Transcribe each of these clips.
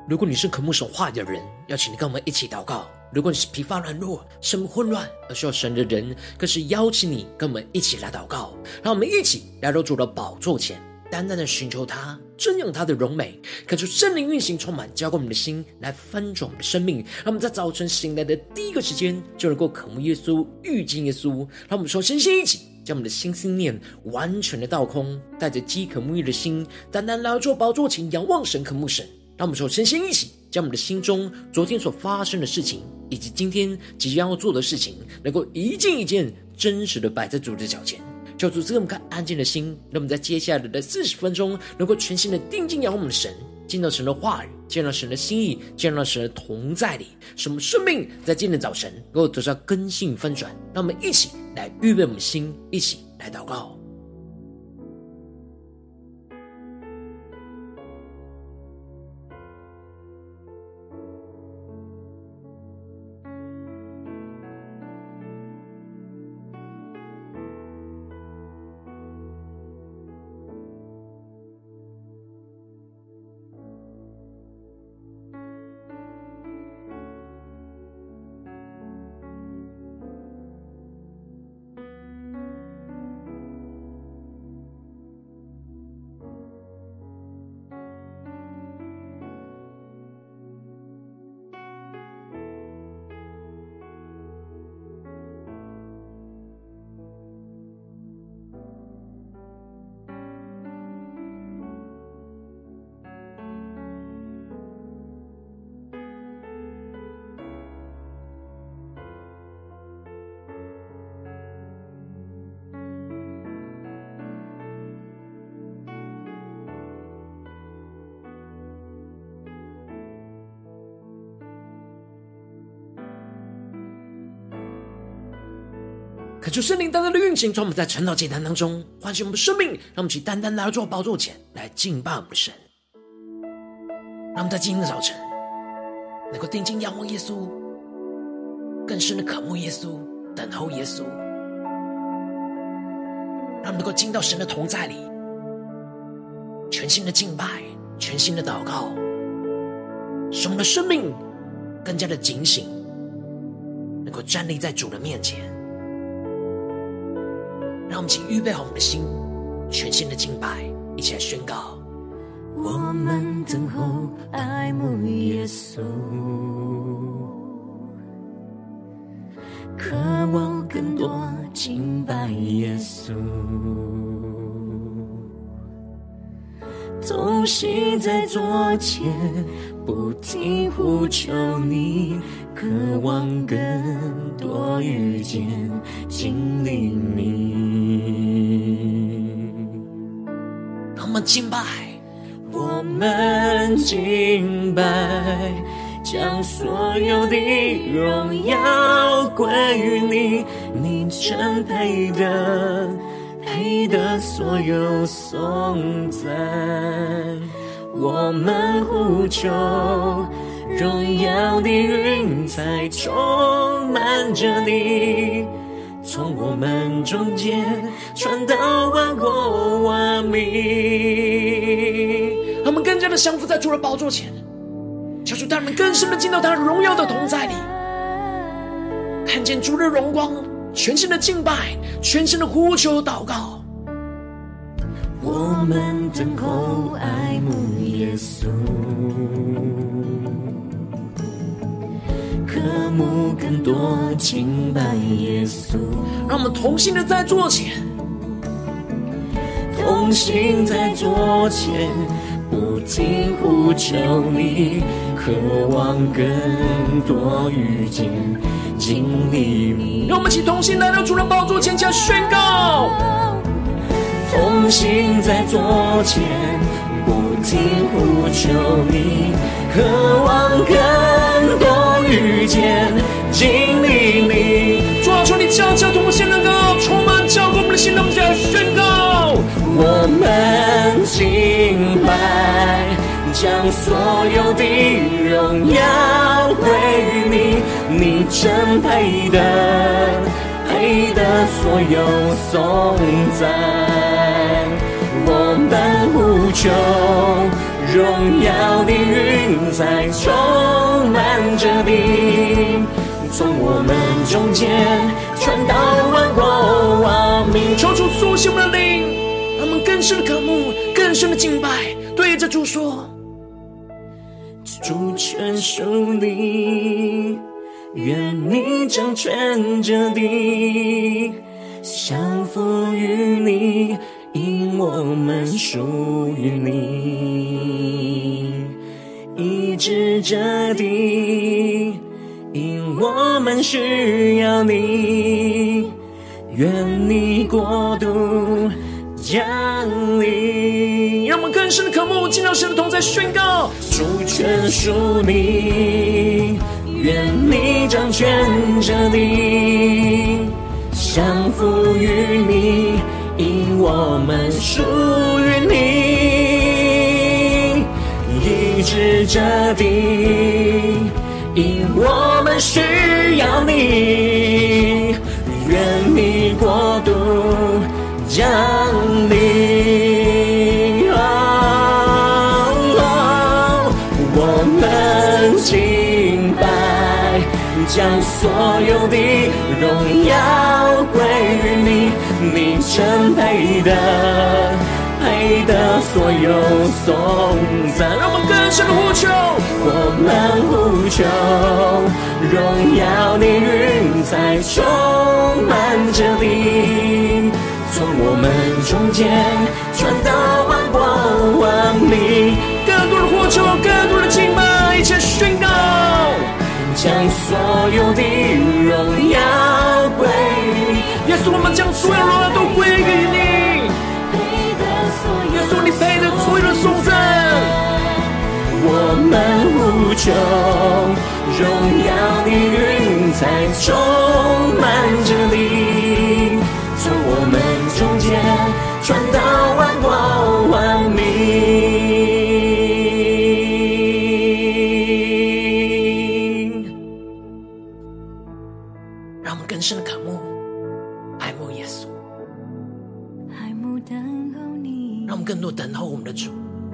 如果你是渴慕神话语的人，邀请你跟我们一起祷告。如果你是疲乏软弱、生命混乱而需要神的人，更是邀请你跟我们一起来祷告。让我们一起来到主的宝座前，单单的寻求他，瞻仰他的荣美，恳求圣灵运行充满，浇灌我们的心，来翻转我们的生命。让我们在早晨醒来的第一个时间，就能够渴慕耶稣，遇见耶稣。让我们说身心一起，将我们的心思念完全的倒空，带着饥渴沐浴的心，单单来到主宝座前，仰望神，渴慕神。让我们说身心一起，将我们的心中昨天所发生的事情，以及今天即将要做的事情，能够一件一件真实的摆在主的脚前。求主赐我们看安静的心，让我们在接下来的40分钟，能够全心的定睛仰望我们的神，见到神的话语，见到神的心意，见到神的同在里，使我们生命在今天的早晨能够得到更新翻转。让我们一起来预备我们的心，一起来祷告。恳求圣灵单单的运行，从我们在晨祷祭坛当中唤醒我们的生命，让我们一起单单来到主宝座前来敬拜我们的神。让我们在今天的早晨能够定睛仰望耶稣，更深的渴慕耶稣，等候耶稣，让我们能够进到神的同在里，全新的敬拜，全新的祷告，使我们的生命更加的警醒，能够站立在主的面前。让我们一起预备好我们的心，全新的敬拜，一起来宣告。 我们等候爱慕耶稣，渴望更多敬拜耶稣，同行在左前，不停呼求你，渴望更多遇见经历你。 让我们敬拜， 我们敬拜，将所有的荣耀归于你，你真配得所有颂赞。我们呼求，荣耀的云彩充满着你，从我们中间传到万国万民。 让我们更加的降服在主的宝座前，求主带我们更深的进到他荣耀的同在里，看见主的荣光，全新的敬拜，全新的呼求祷告。 我们等候爱慕耶稣，渴慕更多敬拜耶稣。 让我们同心的在座前， 同行在左前，不停呼求你，渴望更多遇见经历你。 让我们一起同心来到主的宝座前，加宣告。 同行在左前，不停呼求你，渴望更多遇见经历你。 主啊，求你降下同心能够充满浇灌我们的心，让我们一起来宣告。 我们敬拜，将所有的荣耀归于你，你真配得所有颂赞。我们呼求， 荣耀的云彩充满着你，从我们中间传到万国。阿们。 求主苏醒我们的灵，让我们更深的渴慕，更深的敬拜，对着主说： 主权属你，愿你掌权着地，降服于你，因我们属于你，医治着地，因我们需要你，愿你国度降临。 让我们更深的渴慕，进到神的同在，宣告： 主权属你，愿你掌权着地，降服于你，因我们属于你，医治着地，因我们需要你，愿你国度降临。我们敬拜，将所有的荣耀归于你，你真配的所有颂赞。 让我们更深的呼求， 我们呼求，荣耀的云彩充满着你，从我们中间传到万国万民。 更多的呼求，更多的敬拜，一起宣告， 将所有的荣耀归于你。 耶稣，我们将所有荣耀都归于你。耶稣，你配得所有的颂赞。 我们呼求，荣耀的云彩充满着你，从我们中间传到万国万民。 让我们更深的渴慕，爱慕耶稣， 爱慕等候你， 让我们更多等候我们的主，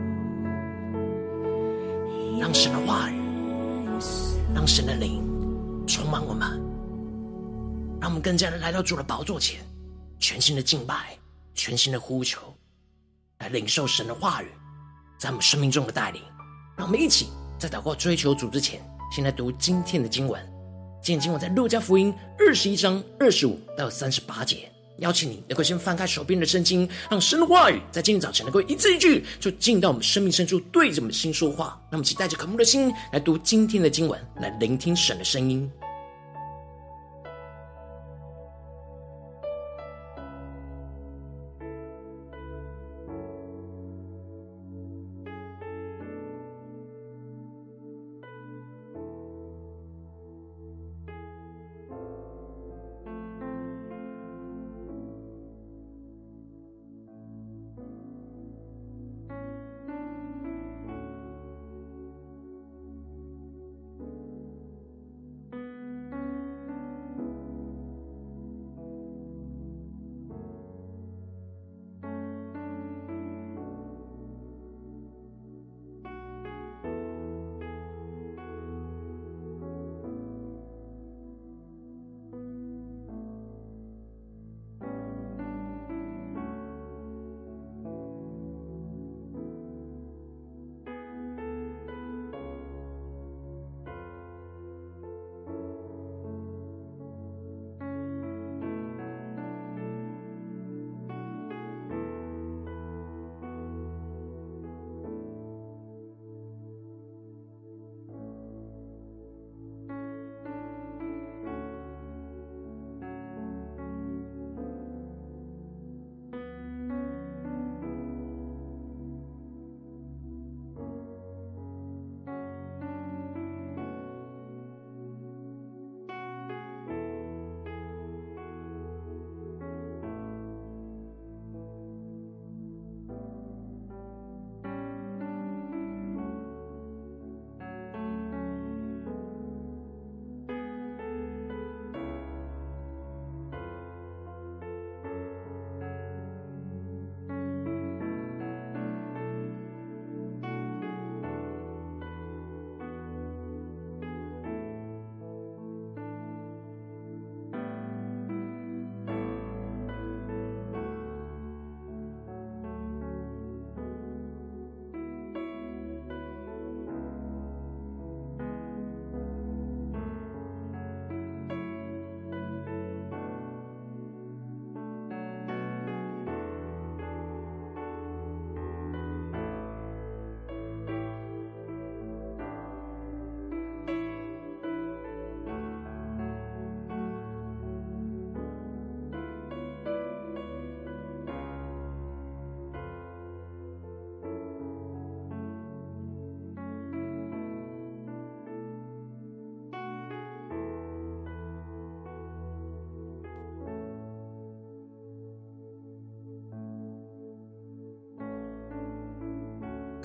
让神的话语，让神的灵充满我们，让我们更加的来到主的宝座前，全新的敬拜，全新的呼求，来领受神的话语在我们生命中的带领。让我们一起在祷告追求主之前，先来读今天的经文。今天经文在路加福音21章25到38节。邀请你能够先翻开手边的圣经，让神的话语在今天早晨能够一字一句就进到我们生命深处，对着我们心说话。让我们一起带着渴慕的心来读今天的经文，来聆听神的声音。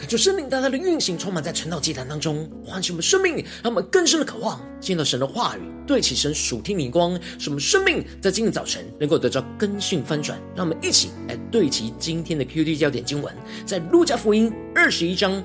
恳求圣灵大大的运行充满在晨祷祭坛当中，唤醒我们生命，让我们更深的渴望见到神的话语，对齐神属天灵光，使我们生命在今天早晨能够得到更新翻转。让我们一起来对齐今天的 QD 焦点经文，在路加福音21章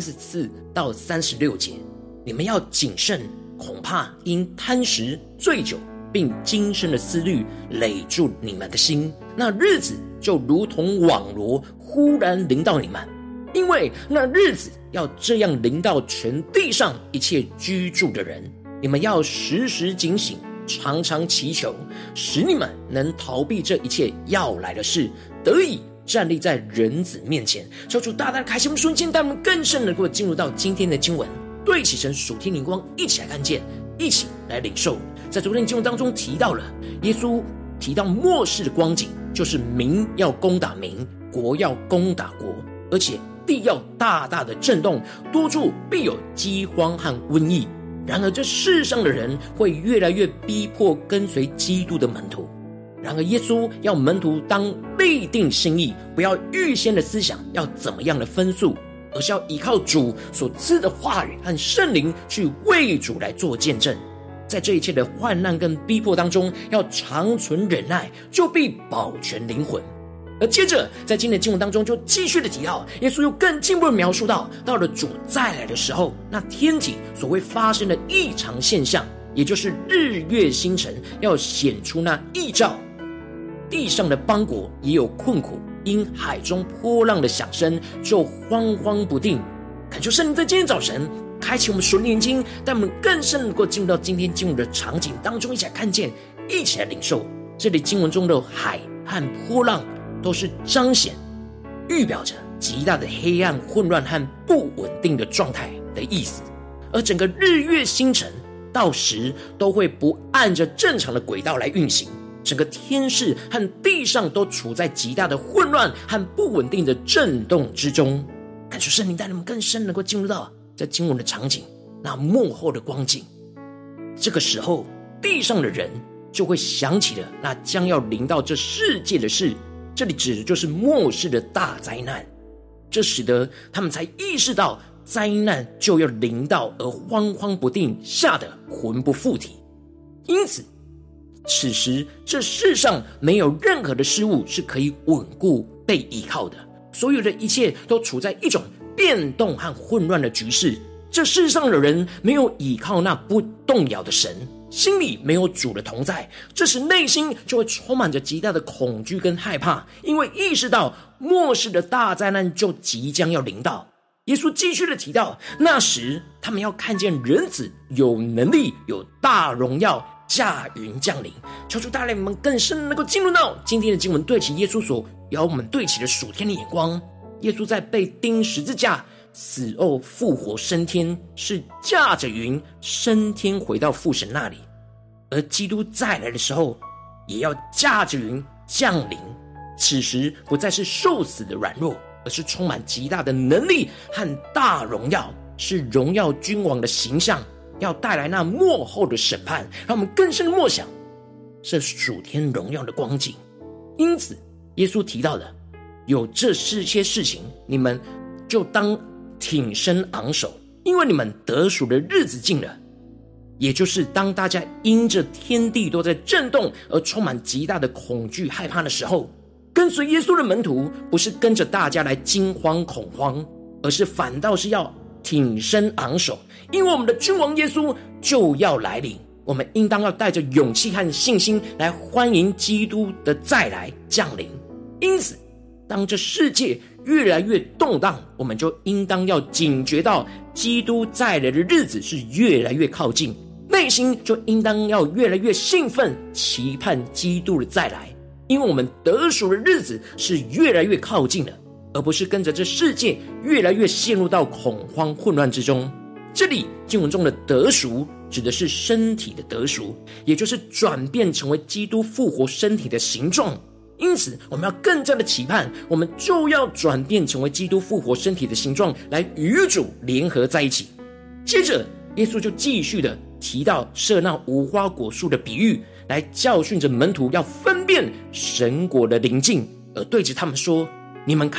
34到36节。你们要谨慎，恐怕因贪食醉酒并今生的思虑累住你们的心，那日子就如同网罗忽然临到你们。因为那日子要这样临到全地上一切居住的人。你们要时时警醒，常常祈求，使你们能逃避这一切要来的事，得以站立在人子面前。求主大大的开启我们瞬间，带我们更深能够进入到今天的经文，对齐神属天灵光，一起来看见，一起来领受。在昨天经文当中提到了耶稣提到末世的光景，就是民要攻打民，国要攻打国，而且地要大大的震动，多处必有饥荒和瘟疫。然而这世上的人会越来越逼迫跟随基督的门徒。然而耶稣要门徒当立定心意，不要预先的思想要怎么样的分数，而是要依靠主所赐的话语和圣灵去为主来做见证。在这一切的患难跟逼迫当中，要长存忍耐，就必保全灵魂。而接着在今天的经文当中就继续的提到，耶稣又更进一步的描述到了主再来的时候，那天体所会发生的异常现象，也就是日月星辰要显出那异兆。地上的邦国也有困苦，因海中波浪的响声就慌慌不定。恳求圣灵在今天早晨开启我们属灵眼睛，带我们更深能够进入到今天经文的场景当中，一起来看见，一起来领受。这里经文中的海和波浪都是彰显预表着极大的黑暗、混乱和不稳定的状态的意思。而整个日月星辰到时都会不按着正常的轨道来运行，整个天势和地上都处在极大的混乱和不稳定的震动之中。感受圣灵带领我们更深能够进入到在经文的场景，那幕后的光景。这个时候地上的人就会想起了那将要临到这世界的事，这里指的就是末世的大灾难。这使得他们才意识到灾难就要临到，而慌慌不定，吓得魂不附体。因此此时这世上没有任何的事物是可以稳固被依靠的，所有的一切都处在一种变动和混乱的局势。这世上的人没有依靠那不动摇的神，心里没有主的同在，这时内心就会充满着极大的恐惧跟害怕，因为意识到末世的大灾难就即将要临到。耶稣继续的提到，那时他们要看见人子有能力有大荣耀驾云降临。求主带领我们更深能够进入到今天的经文，对齐耶稣所要我们对齐的属天的眼光。耶稣在被钉十字架死后复活升天，是驾着云升天回到父神那里。而基督再来的时候也要驾着云降临，此时不再是受死的软弱，而是充满极大的能力和大荣耀，是荣耀君王的形象，要带来那末后的审判，让我们更深的默想这属天荣耀的光景。因此耶稣提到的有这些事情，你们就当挺身昂首，因为你们得赎的日子近了。也就是当大家因着天地都在震动而充满极大的恐惧害怕的时候，跟随耶稣的门徒不是跟着大家来惊慌恐慌，而是反倒是要挺身昂首，因为我们的君王耶稣就要来临。我们应当要带着勇气和信心来欢迎基督的再来降临。因此当这世界越来越动荡，我们就应当要警觉到基督再来的日子是越来越靠近，内心就应当要越来越兴奋，期盼基督的再来，因为我们得赎的日子是越来越靠近了，而不是跟着这世界越来越陷入到恐慌混乱之中。这里经文中的得赎指的是身体的得赎，也就是转变成为基督复活身体的形状。因此我们要更加的期盼，我们就要转变成为基督复活身体的形状，来与主联合在一起。接着耶稣就继续的提到设那无花果树的比喻，来教训着门徒要分辨神国的临近，而对着他们说，你们看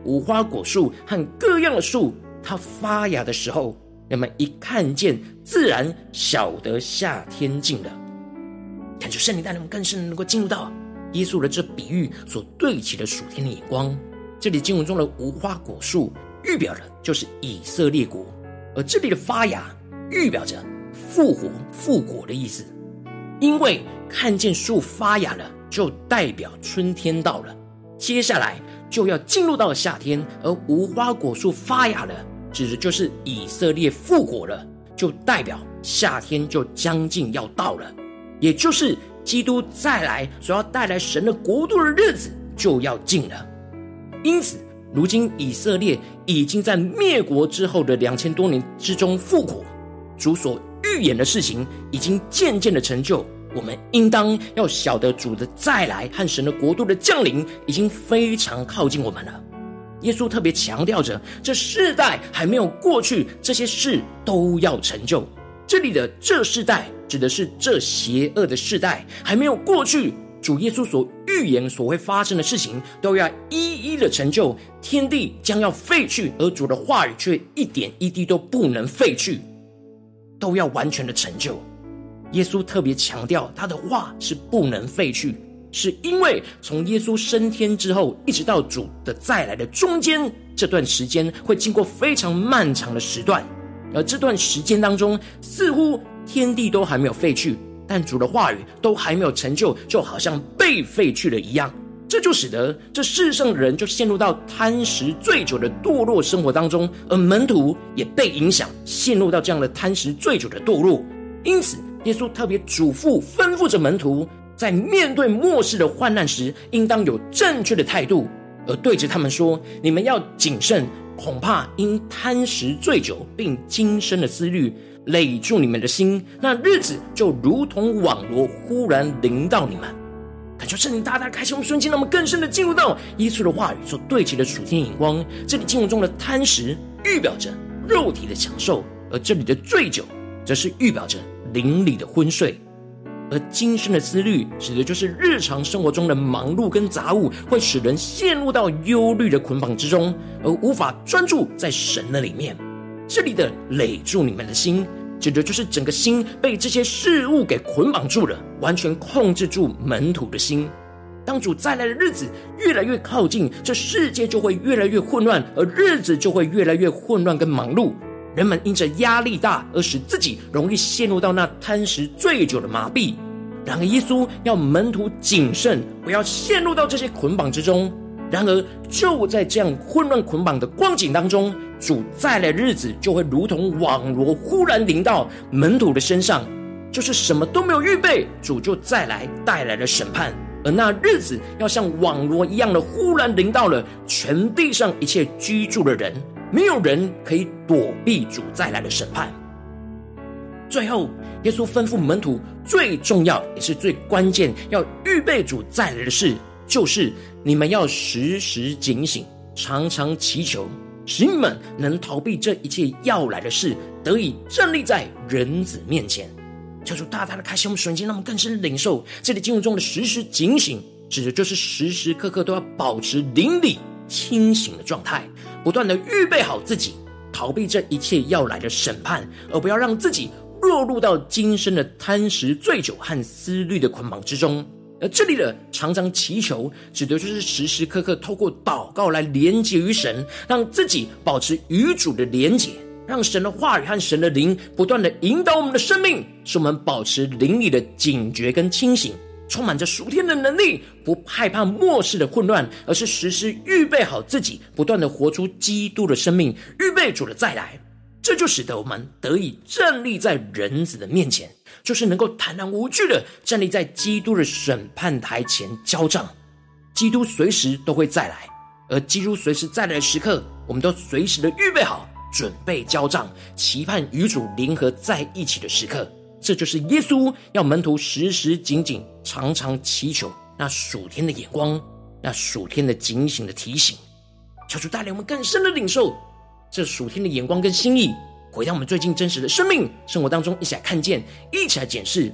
无花果树和各样的树，它发芽的时候，人们一看见，自然晓得夏天近了。感觉圣灵带领我们更深能够进入到耶稣的这比喻所对齐的属天的眼光。这里经文中的无花果树预表的就是以色列国，而这里的发芽预表着复活复果的意思。因为看见树发芽了，就代表春天到了，接下来就要进入到夏天，而无花果树发芽了，指的就是以色列复活了，就代表夏天就将近要到了，也就是基督再来所要带来神的国度的日子就要近了。因此如今以色列已经在灭国之后的2000多年之中复活，主所预言的事情已经渐渐的成就，我们应当要晓得主的再来和神的国度的降临已经非常靠近我们了。耶稣特别强调着，这世代还没有过去，这些事都要成就。这里的这世代指的是这邪恶的世代还没有过去，主耶稣所预言所会发生的事情都要一一的成就，天地将要废去，而主的话语却一点一滴都不能废去，都要完全的成就。耶稣特别强调他的话是不能废去，是因为从耶稣升天之后一直到主的再来的中间，这段时间会经过非常漫长的时段，而这段时间当中似乎天地都还没有废去，但主的话语都还没有成就，就好像被废去了一样。这就使得这世上的人就陷入到贪食醉酒的堕落生活当中，而门徒也被影响陷入到这样的贪食醉酒的堕落。因此耶稣特别嘱咐吩咐着门徒，在面对末世的患难时应当有正确的态度，而对着他们说，你们要谨慎，恐怕因贪食醉酒并今生的思虑累住你们的心，那日子就如同网罗忽然临到你们。感谢圣灵大大开启我们瞬间，让我们更深的进入到耶稣的话语所对齐的属天眼光。这里经文中的贪食预表着肉体的享受，而这里的醉酒则是预表着灵里的昏睡。而今生的思虑指的就是日常生活中的忙碌跟杂物，会使人陷入到忧虑的捆绑之中，而无法专注在神的里面。这里的累住你们的心，指的就是整个心被这些事物给捆绑住了，完全控制住门徒的心。当主再来的日子越来越靠近，这世界就会越来越混乱，而日子就会越来越混乱跟忙碌。人们因着压力大而使自己容易陷入到那贪食醉酒的麻痹。然而耶稣要门徒谨慎，不要陷入到这些捆绑之中。然而就在这样混乱捆绑的光景当中，主再来的日子就会如同网罗忽然临到门徒的身上，就是什么都没有预备，主就再来带来了审判。而那日子要像网罗一样的忽然临到了全地上一切居住的人，没有人可以躲避主再来的审判。最后耶稣吩咐门徒最重要也是最关键要预备主再来的事，就是你们要时时警醒，常常祈求，使你们能逃避这一切要来的事，得以站立在人子面前。求主大大的开启我们瞬间，让我们更深的领受这里经文中的时时警醒，指的就是时时刻刻都要保持灵里清醒的状态，不断的预备好自己，逃避这一切要来的审判，而不要让自己落入到今生的贪食醉酒和思虑的捆绑之中。而这里的常常祈求，指的就是时时刻刻透过祷告来连结于神，让自己保持与主的连结，让神的话语和神的灵不断的引导我们的生命，使我们保持灵里的警觉跟清醒，充满着属天的能力，不害怕末世的混乱，而是时时预备好自己，不断的活出基督的生命，预备主的再来。这就使得我们得以站立在人子的面前，就是能够坦然无惧的站立在基督的审判台前交账。基督随时都会再来，而基督随时再来的时刻，我们都随时的预备好，准备交账，期盼与主联合在一起的时刻。这就是耶稣要门徒时时紧紧常常祈求那属天的眼光，那属天的警醒的提醒。求主带领我们更深的领受这属天的眼光跟心意，回到我们最近真实的生命生活当中，一起来看见，一起来检视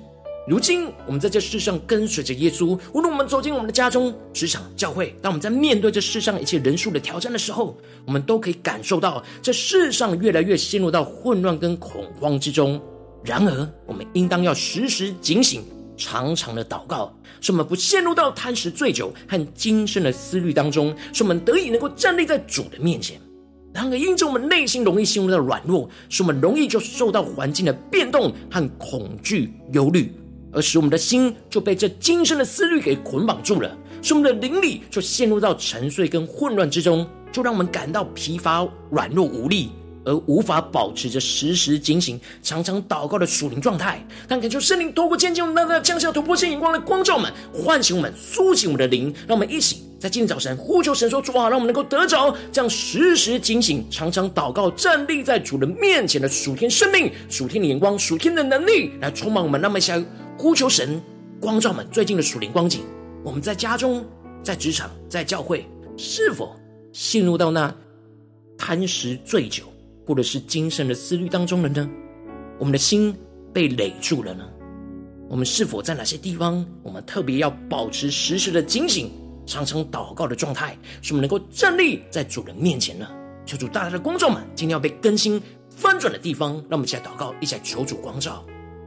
如今我们在这世上跟随着耶稣，无论我们走进我们的家中、职场、教会，当我们在面对这世上一切人数的挑战的时候，我们都可以感受到这世上越来越陷入到混乱跟恐慌之中。然而我们应当要时时警醒，常常的祷告，使我们不陷入到贪食醉酒和今生的思虑当中，使我们得以能够站立在主的面前。然而因着我们内心容易陷入到软弱，使我们容易就受到环境的变动和恐惧忧虑，而使我们的心就被这今生的思虑给捆绑住了，使我们的灵里就陷入到沉睡跟混乱之中，就让我们感到疲乏软弱无力，而无法保持着时时警醒常常祷告的属灵状态。但恳求圣灵透过渐渐让它降下突破性眼光的光照们，唤醒我们，苏醒我们的灵，让我们一起在今天早晨呼求神说，主啊，让我们能够得着这样时时警醒常常祷告站立在主的面前的属天生命、属天的眼光、属天的能力来充满我们。那么一起来呼求神光照们最近的属灵光景，我们在家中、在职场、在教会，是否陷入到那贪食醉酒或者是今生的思虑当中了呢？我们的心被累住了呢？我们是否在哪些地方我们特别要保持时时的警醒，常常祷告的状态，使我们能够站立在主人面前呢？求主大大的光照们今天要被更新翻转的地方，让我们一起来祷告，一起来求主光照。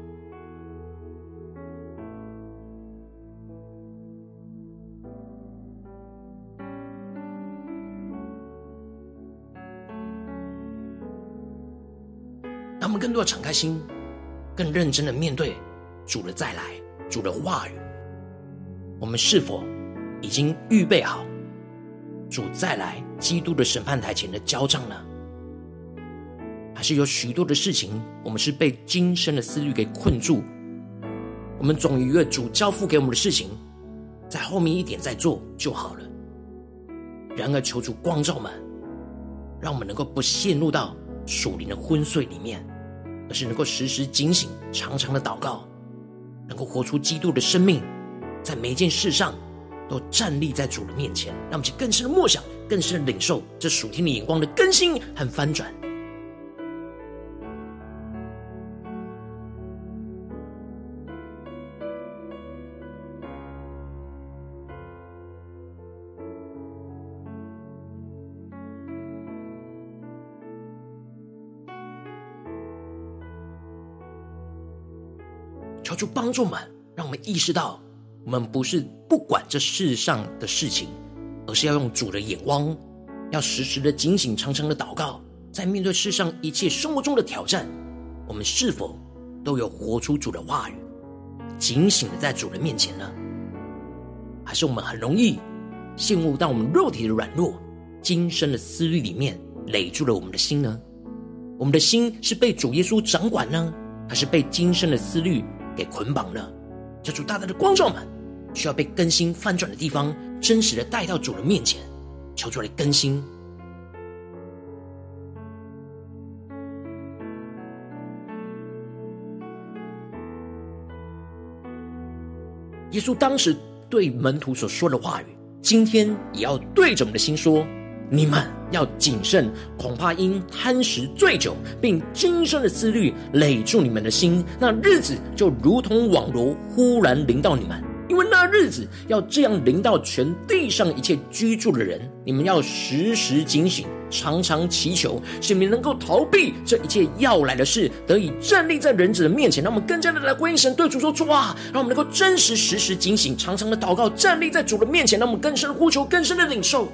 让我们更多的敞开心，更认真的面对主的再来，主的话语。我们是否已经预备好主再来基督的审判台前的交账呢？还是有许多的事情我们是被今生的思虑给困住，我们总以为主交付给我们的事情在后面一点再做就好了。然而求主光照们，让我们能够不陷入到属灵的昏睡里面，而是能够时时警醒，常常的祷告，能够活出基督的生命，在每一件事上都站立在主的面前，让我们去更深的默想，更深的领受这属天的眼光的更新和翻转。求主帮助我们，让我们意识到我们不是不管这世上的事情，而是要用主的眼光，要时时的警醒，常常的祷告。在面对世上一切生活中的挑战，我们是否都有活出主的话语，警醒的在主的面前呢？还是我们很容易陷入到我们肉体的软弱、今生的思虑里面，累住了我们的心呢？我们的心是被主耶稣掌管呢，还是被今生的思虑给捆绑了？求主大大的光照们，需要被更新翻转的地方，真实的带到主的面前，求主来更新。耶稣当时对门徒所说的话语，今天也要对着我们的心说，你们要谨慎，恐怕因贪食醉酒并今生的思虑累住你们的心，那日子就如同网罗忽然临到你们。因为那日子要这样临到全地上一切居住的人，你们要时时警醒，常常祈求，使你们能够逃避这一切要来的事，得以站立在人子的面前。让我们更加的来回应神，对主说，主啊，让我们能够真实时时警醒，常常的祷告，站立在主的面前，让我们更深的呼求，更深的领受。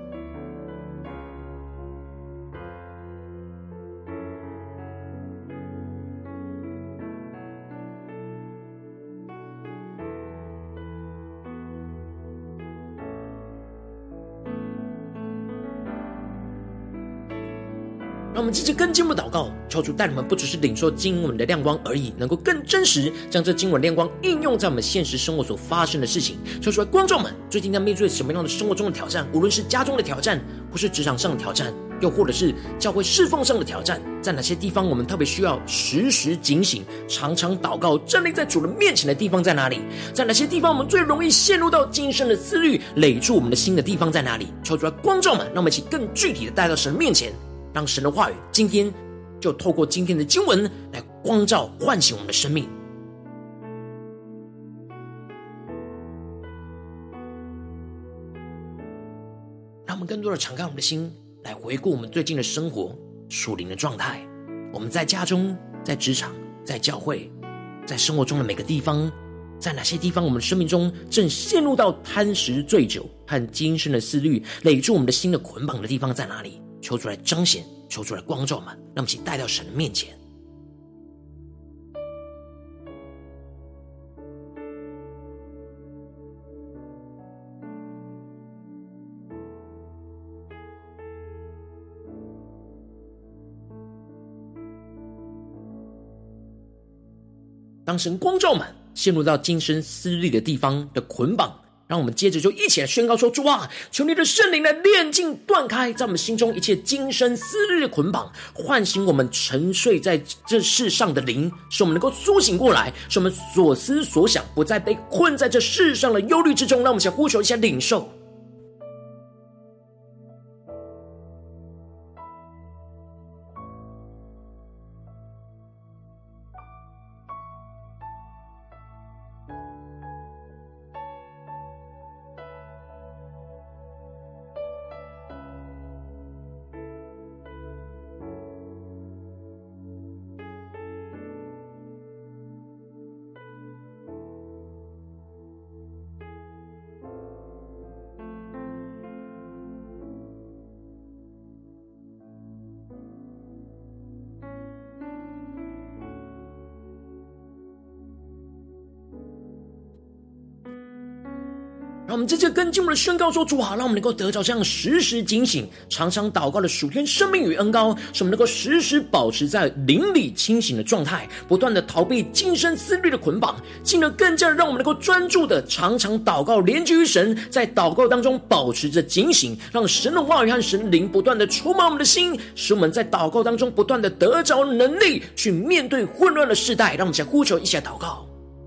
让我们继续更进一步祷告，求主带领我们不只是领受经文的亮光而已，能够更真实将这经文亮光应用在我们现实生活所发生的事情。求主来光照们最近在面对什么样的生活中的挑战，无论是家中的挑战，或是职场上的挑战，又或者是教会侍奉上的挑战，在哪些地方我们特别需要时时警醒，常常祷告，站立在主的面前的地方在哪里？在哪些地方我们最容易陷入到今生的思虑，累住我们的心的地方在哪里？求主来光照们，让我们一起更具体的带到神面前，让神的话语今天就透过今天的经文来光照唤醒我们的生命。 更多的敞开我们的心，来回顾我们最近的生活属灵的状态。我们在家中、在职场、在教会、在生活中的每个地方，在哪些地方我们生命中正陷入到贪食醉酒和今生的思虑累住我们的心的捆绑的地方在哪里？求主来彰显，求主来光照我们，让我们一起带到神的面前。当神光照满陷入到今生私利的地方的捆绑，让我们接着就一起来宣告说：主啊，求你的圣灵来炼净断开在我们心中一切今生私利的捆绑，唤醒我们沉睡在这世上的灵，使我们能够苏醒过来，使我们所思所想不再被困在这世上的忧虑之中。让我们想呼求一下领受。让我们在这更进一步的宣告说：主啊，让我们能够得着这样时时警醒、常常祷告的属天生命与恩膏，使我们能够时时保持在灵里清醒的状态，不断的逃避今生思虑的捆绑，进而更加让我们能够专注的常常祷告，连接于神，在祷告当中保持着警醒，让神的话语和神的灵不断的充满我们的心，使我们在祷告当中不断的得着能力，去面对混乱的世代。让我们先呼求一下祷告。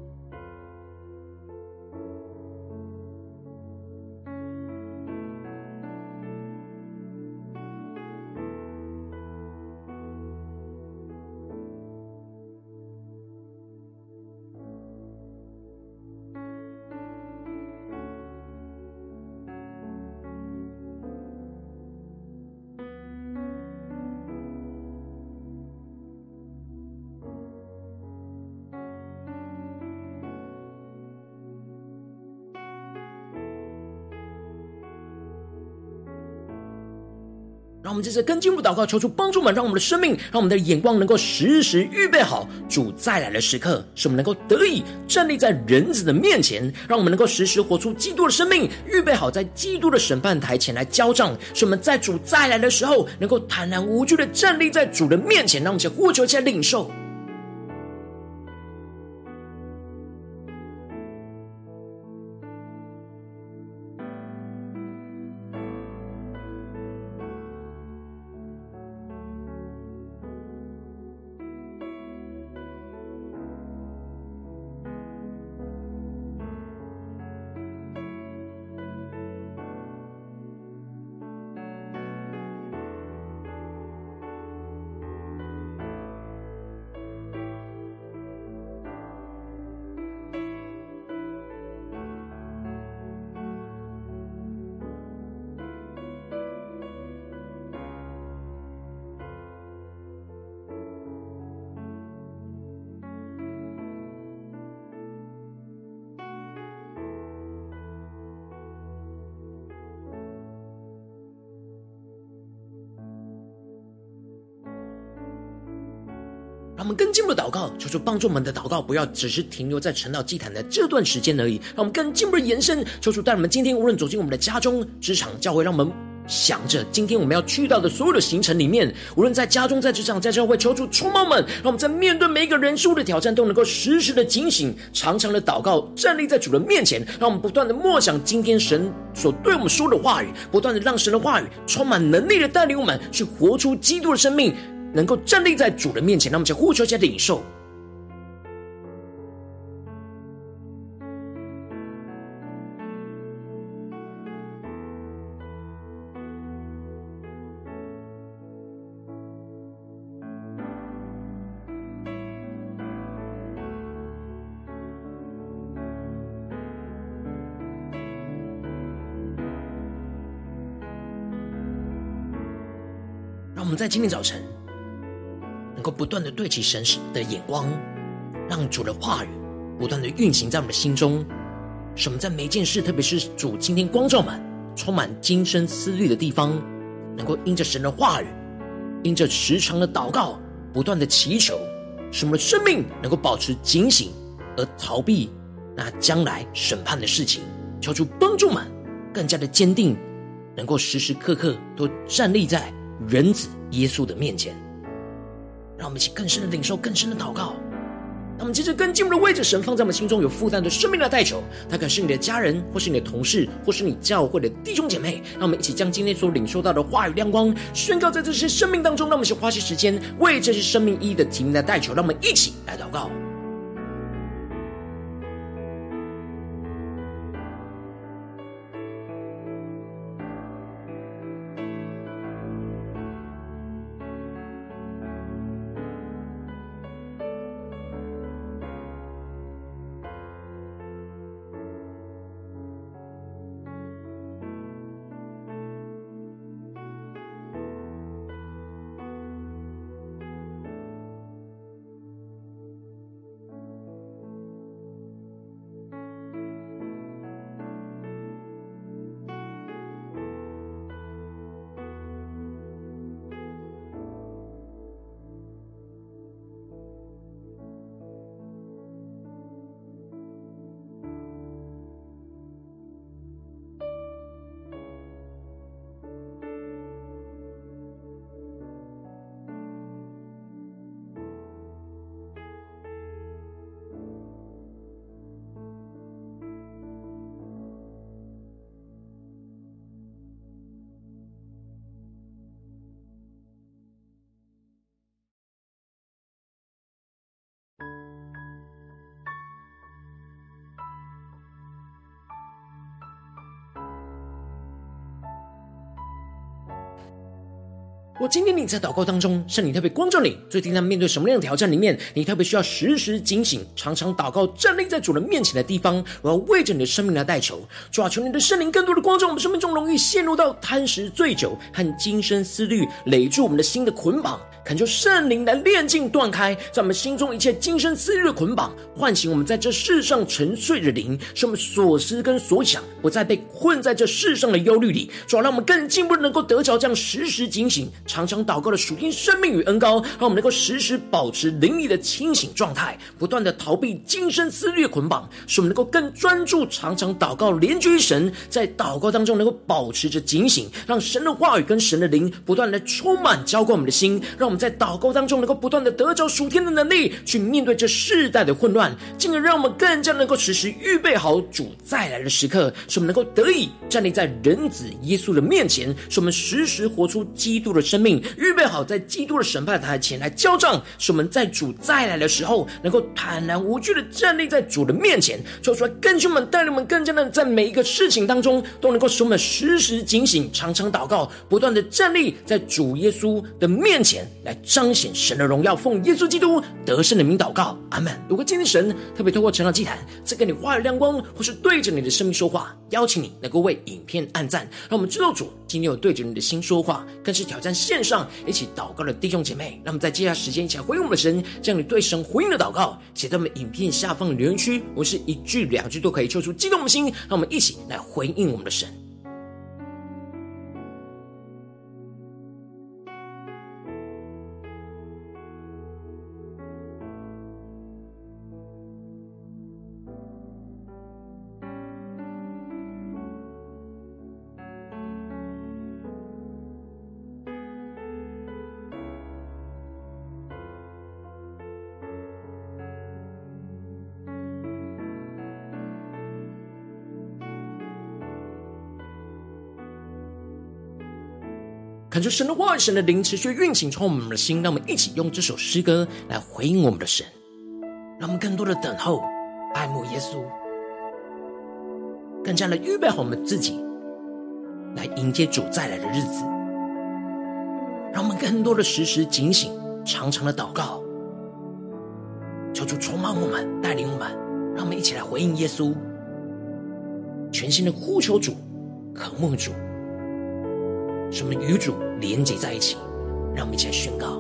让我们这次跟进入祷告，求主帮助我们，让我们的生命，让我们的眼光能够时时预备好主再来的时刻，使我们能够得以站立在人子的面前，让我们能够时时活出基督的生命，预备好在基督的审判台前来交账，使我们在主再来的时候能够坦然无惧的站立在主的面前。让我们先呼求一下领受。让我们更进一步的祷告，求主帮助我们的祷告不要只是停留在晨祷祭坛的这段时间而已，让我们更进一步的延伸，求主带我们今天无论走进我们的家中、职场、教会，让我们想着今天我们要去到的所有的行程里面，无论在家中、在职场、在教会，求主充满我们，让我们在面对每一个人事物的挑战都能够时时的警醒，常常的祷告，站立在主的面前，让我们不断的默想今天神所对我们说的话语，不断的让神的话语充满能力的带领我们去活出基督的生命，能够站立在主的面前。让我们先呼求一下领受。 们在今天早晨能够不断的对齐神的眼光，让主的话语不断的运行在我们的心中，使我们在每一件事，特别是主今天光照满充满今生思虑的地方，能够因着神的话语，因着时常的祷告，不断的祈求，使我们的生命能够保持警醒，而逃避那将来审判的事情。求主帮助们更加的坚定，能够时时刻刻都站立在人子耶稣的面前。让我们一起更深的领受，更深的祷告。那我们接着更进一步的为着神放在我们心中有负担的生命来代求，他可能是你的家人，或是你的同事，或是你教会的弟兄姐妹。让我们一起将今天所领受到的话语亮光宣告在这些生命当中。让我们一起花些时间为这些生命意义的题目来代求。让我们一起来祷告。我今天你在祷告当中，圣灵特别光照你，最近在面对什么样的挑战里面，你特别需要时时警醒，常常祷告，站立在主的面前的地方，我要为着你的生命来代求。主啊，求你的圣灵更多的光照我们生命中容易陷入到贪食醉酒和今生思虑累住我们的心的捆绑，恳求圣灵来炼净断开在我们心中一切今生思虑的捆绑，唤醒我们在这世上沉睡的灵，使我们所思跟所想不再被困在这世上的忧虑里。主啊，让我们更进一步能够得着这样时时警醒常常祷告的属天生命与恩膏，让我们能够时时保持灵里的清醒状态，不断的逃避今生思虑的捆绑，使我们能够更专注常常祷告连接于神，在祷告当中能够保持着警醒，让神的话语跟神的灵不断的充满浇灌我们的心，让我们在祷告当中能够不断的得着属天的能力，去面对这世代的混乱，进而让我们更加能够时时预备好主再来的时刻，使我们能够得以站立在人子耶稣的面前，使我们时时活出基督的生命，预备好在基督的审判台前来交账，使我们在主再来的时候能够坦然无惧的站立在主的面前。求主来更新我们，带领我们更加的在每一个事情当中都能够使我们时时警醒，常常祷告，不断的站立在主耶稣的面前来彰显神的荣耀。奉耶稣基督得胜的名祷告，阿们。如果今天神特别透过成长祭坛赐给你话语亮光，或是对着你的生命说话，邀请你能够为影片按赞，让我们知道主今天有对着你的心说话，更是挑战线上一起祷告的弟兄姐妹。让我们在接下来时间一起来回应我们的神，将你对神回应的祷告写在我们影片下方的留言区，我是一句两句都可以抽出激动的心，让我们一起来回应我们的神。恳求神的话语、神的灵持续运行充满我们的心，让我们一起用这首诗歌来回应我们的神，让我们更多的等候、爱慕耶稣，更加的预备好我们自己来迎接主再来的日子。让我们更多的时时警醒，常常的祷告，求主充满我们，带领我们，让我们一起来回应耶稣，全心的呼求主，渴慕主，使我们与主连结在一起。 让我们一起来宣告。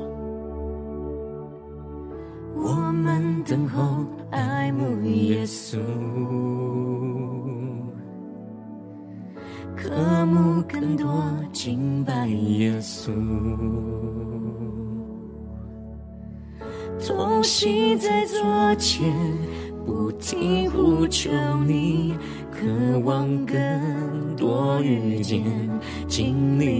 我们等候爱慕耶稣，渴慕更多敬拜耶稣，同行在左前，不停呼求你，渴望更多遇见经历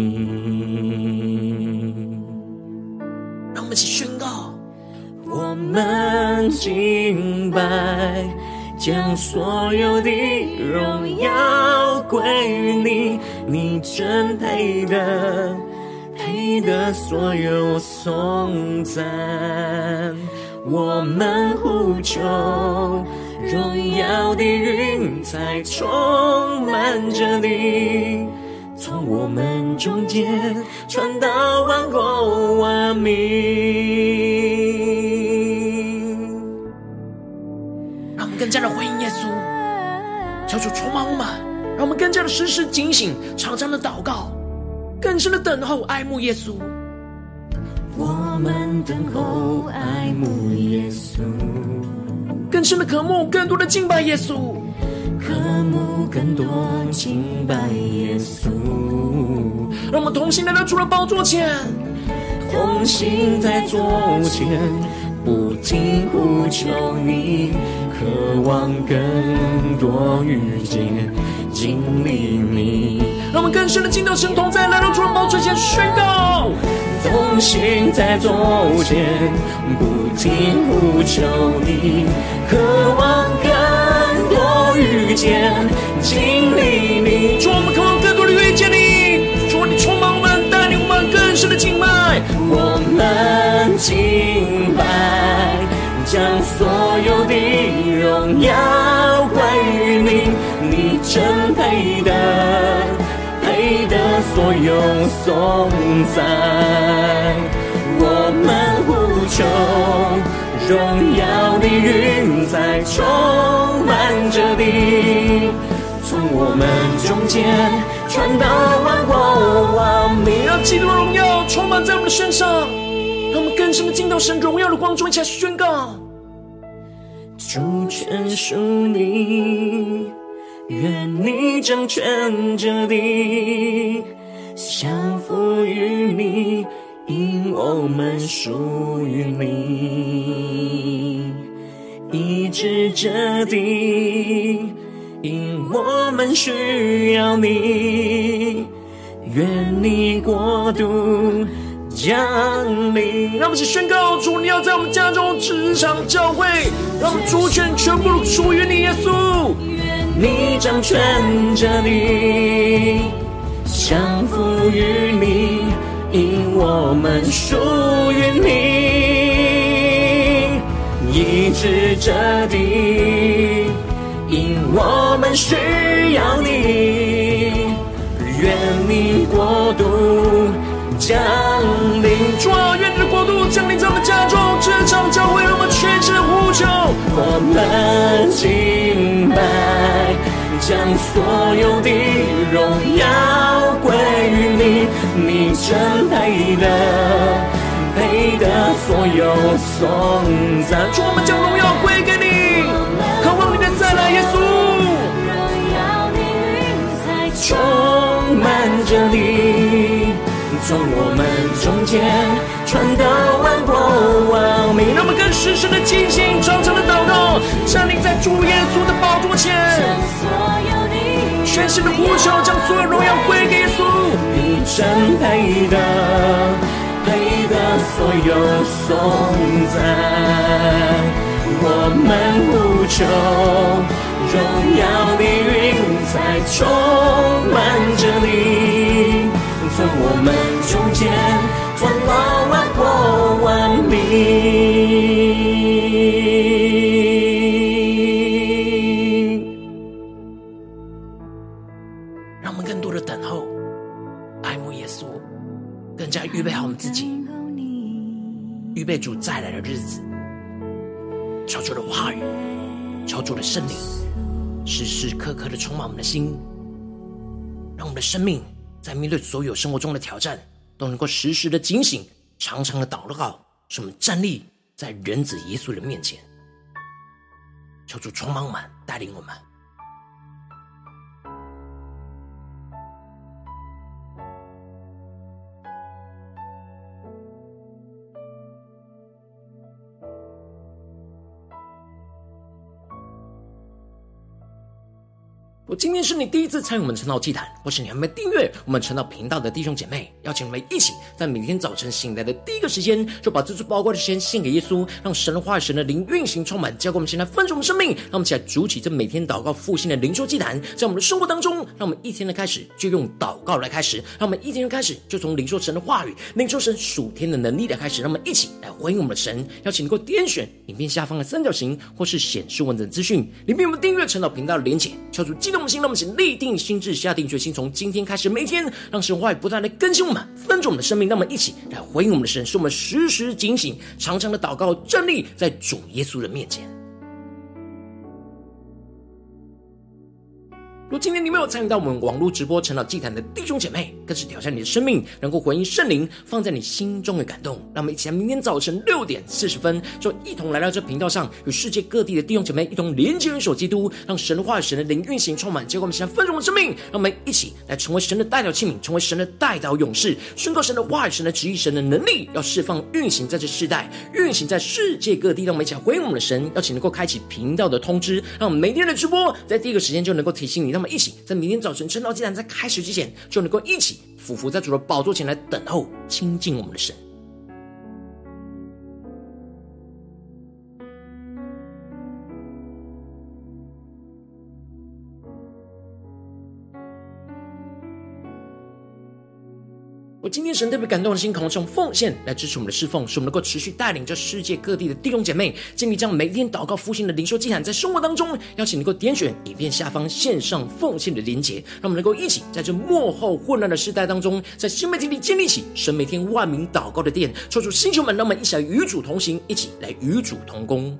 你。 让我们一起宣告， 我们敬拜，将所有的荣耀归于你，你真配得所有颂赞。我们呼求，荣耀的云彩充满着你，从我们中间传到万国万民。 让我们更加的回应耶稣，求主充满我们，让我们更加的时时警醒，常常的祷告，更深的等候爱慕耶稣。 我们等候爱慕耶稣， 更深的渴慕，更多的敬拜耶稣， 渴慕更多敬拜耶稣。 让我们同心来到主的宝座前， 同行在左前，不停呼求你，渴望更多遇见经历你。 让我们更深的进到神同在，来到主的宝座前宣告。 同行在左前，不停呼求你，渴望更多遇见经历你。 主，我们渴望更多的遇见你，主，你充满我们，带领我们更深的敬拜。 我们敬拜，将所有的荣耀归于你，你真配得所有颂赞。我们呼求，荣耀的云彩充满着你，从我们中间传到万国万民。 让基督的荣耀充满在我们的身上，让我们更深的进到神荣耀的光中，一起来宣告。 主权属你，愿你掌权着地，降服于你，因我们属于你。医治这地，因我们需要你，愿你国度降临。 让我们一起宣告，主，你要在我们家中、职场、教会，让我们主权全部属于你，耶稣。 你掌权着地，降服于你，因我们属于你。医治这地，因我们需要你，愿你国度降临。 主啊，愿你的国度降临在我们家中、职场、教会，让我们全心的呼求。 我们敬拜，将所有的荣耀归于你，你真配得所有颂赞。 主，我们将荣耀归给你，渴望你的再来，耶稣。 荣耀的云彩充满着你，从我们中间传到万国万民。 让我们更深深的进行常常的祷告，站立在主耶稣的宝座前，全心的呼求，将所有荣耀归给耶稣。 你真配得所有颂赞。我们呼求，荣耀的云彩充满着你，从我们中间传到万国万民。 让我们更多的等候爱慕耶稣，更加预备好我们自己，预备主再来的日子。求主的话语，求主的圣灵时时刻刻的充满我们的心，让我们的生命在面对所有生活中的挑战都能够时时的警醒，常常的祷告，使我们站立在人子耶稣的面前。求主充满我们，带领我们。今天是你第一次参与我们晨祷祭坛，或是你还没订阅我们晨祷频道的弟兄姐妹，邀请我们一起在每天早晨醒来的第一个时间，就把这最宝贵的时间献给耶稣，让神的话语、神的灵运行充满，交给我们现在分盛我们生命。让我们一起来筑起这每天祷告复兴的灵修祭坛，在我们的生活当中，让我们一天的开始就用祷告来开始，让我们一天的开始就从领受神的话语、领受神属天的能力来开始。让我们一起来回应我们的神。邀请你给我点选影片下方的三角形，或是显示文字资讯里面我们订阅晨祷频道的连结，求主激动我们心，让我们一起立定心志，下定决心，从今天开始每一天让神话语不断的更新我们，分盛我们的生命。让我们一起来回应我们的神，使我们时时警醒，常常的祷告，站立在主耶稣的面前。如果今天你没有参与到我们网络直播晨祷祭坛的弟兄姐妹，更是挑战你的生命，能够回应圣灵放在你心中的感动。让我们一起来明天早晨6点40分，就一同来到这频道上，与世界各地的弟兄姐妹一同连接元首基督，让神的话语、神的灵运行充满，结果我们现在分盛我们生命。让我们一起来成为神的代祷器皿，成为神的代祷勇士，宣告神的话语、神的旨意、神的能力，要释放运行在这世代，运行在世界各地。让我们一起来回应我们的神，邀请能够开启频道的通知，让我们每天的直播在第一个时间就能够提醒你。让我们一起在明天早晨晨祷祭坛在开始之前，就能够一起俯伏在主的宝座前来等候亲近我们的神。今天神特别感动的心，渴望用奉献来支持我们的侍奉，使我们能够持续带领着世界各地的弟兄姐妹建立这样每一天祷告复兴的灵修祭坛，在生活当中邀请能够点选影片下方线上奉献的连结，让我们能够一起在这末后混乱的时代当中，在新媒体里建立起神每天万名祷告的殿。抽出星球们，让我们一起来与主同行，一起来与主同工。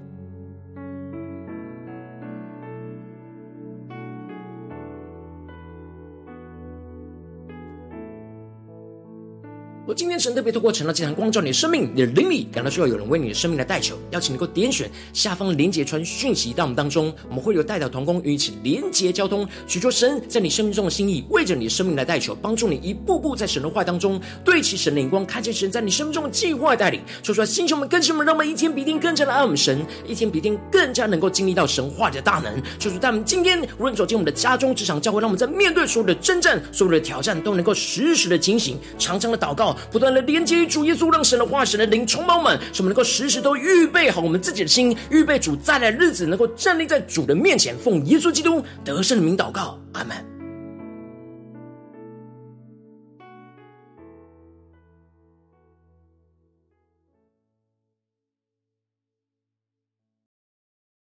今天神特别透过晨祷祭坛光照你的生命，你的灵里感到需要有人为你的生命来代求，邀请能够点选下方的连结传讯息到我们当中，我们会有代祷同工与你一起连结交通，寻求神在你生命中的心意，为着你的生命来代求，帮助你一步步在神的话当中对齐神的眼光，看见神在你生命中的计划带领。说出来，星球们更新我们，让我们一天比一天更加的爱我们神，一天比一天更加能够经历到神话的大能。说出在我们今天无论走进我们的家中、职场、教会，让我们在面对所有的征战、所有的挑战，都能够时时的警醒，常常的祷告，不断的连接于主耶稣，让神的话、神的灵充满我们，使我们能够时时都预备好我们自己的心，预备主再来的日子，能够站立在主的面前，奉耶稣基督得胜的名祷告，阿们。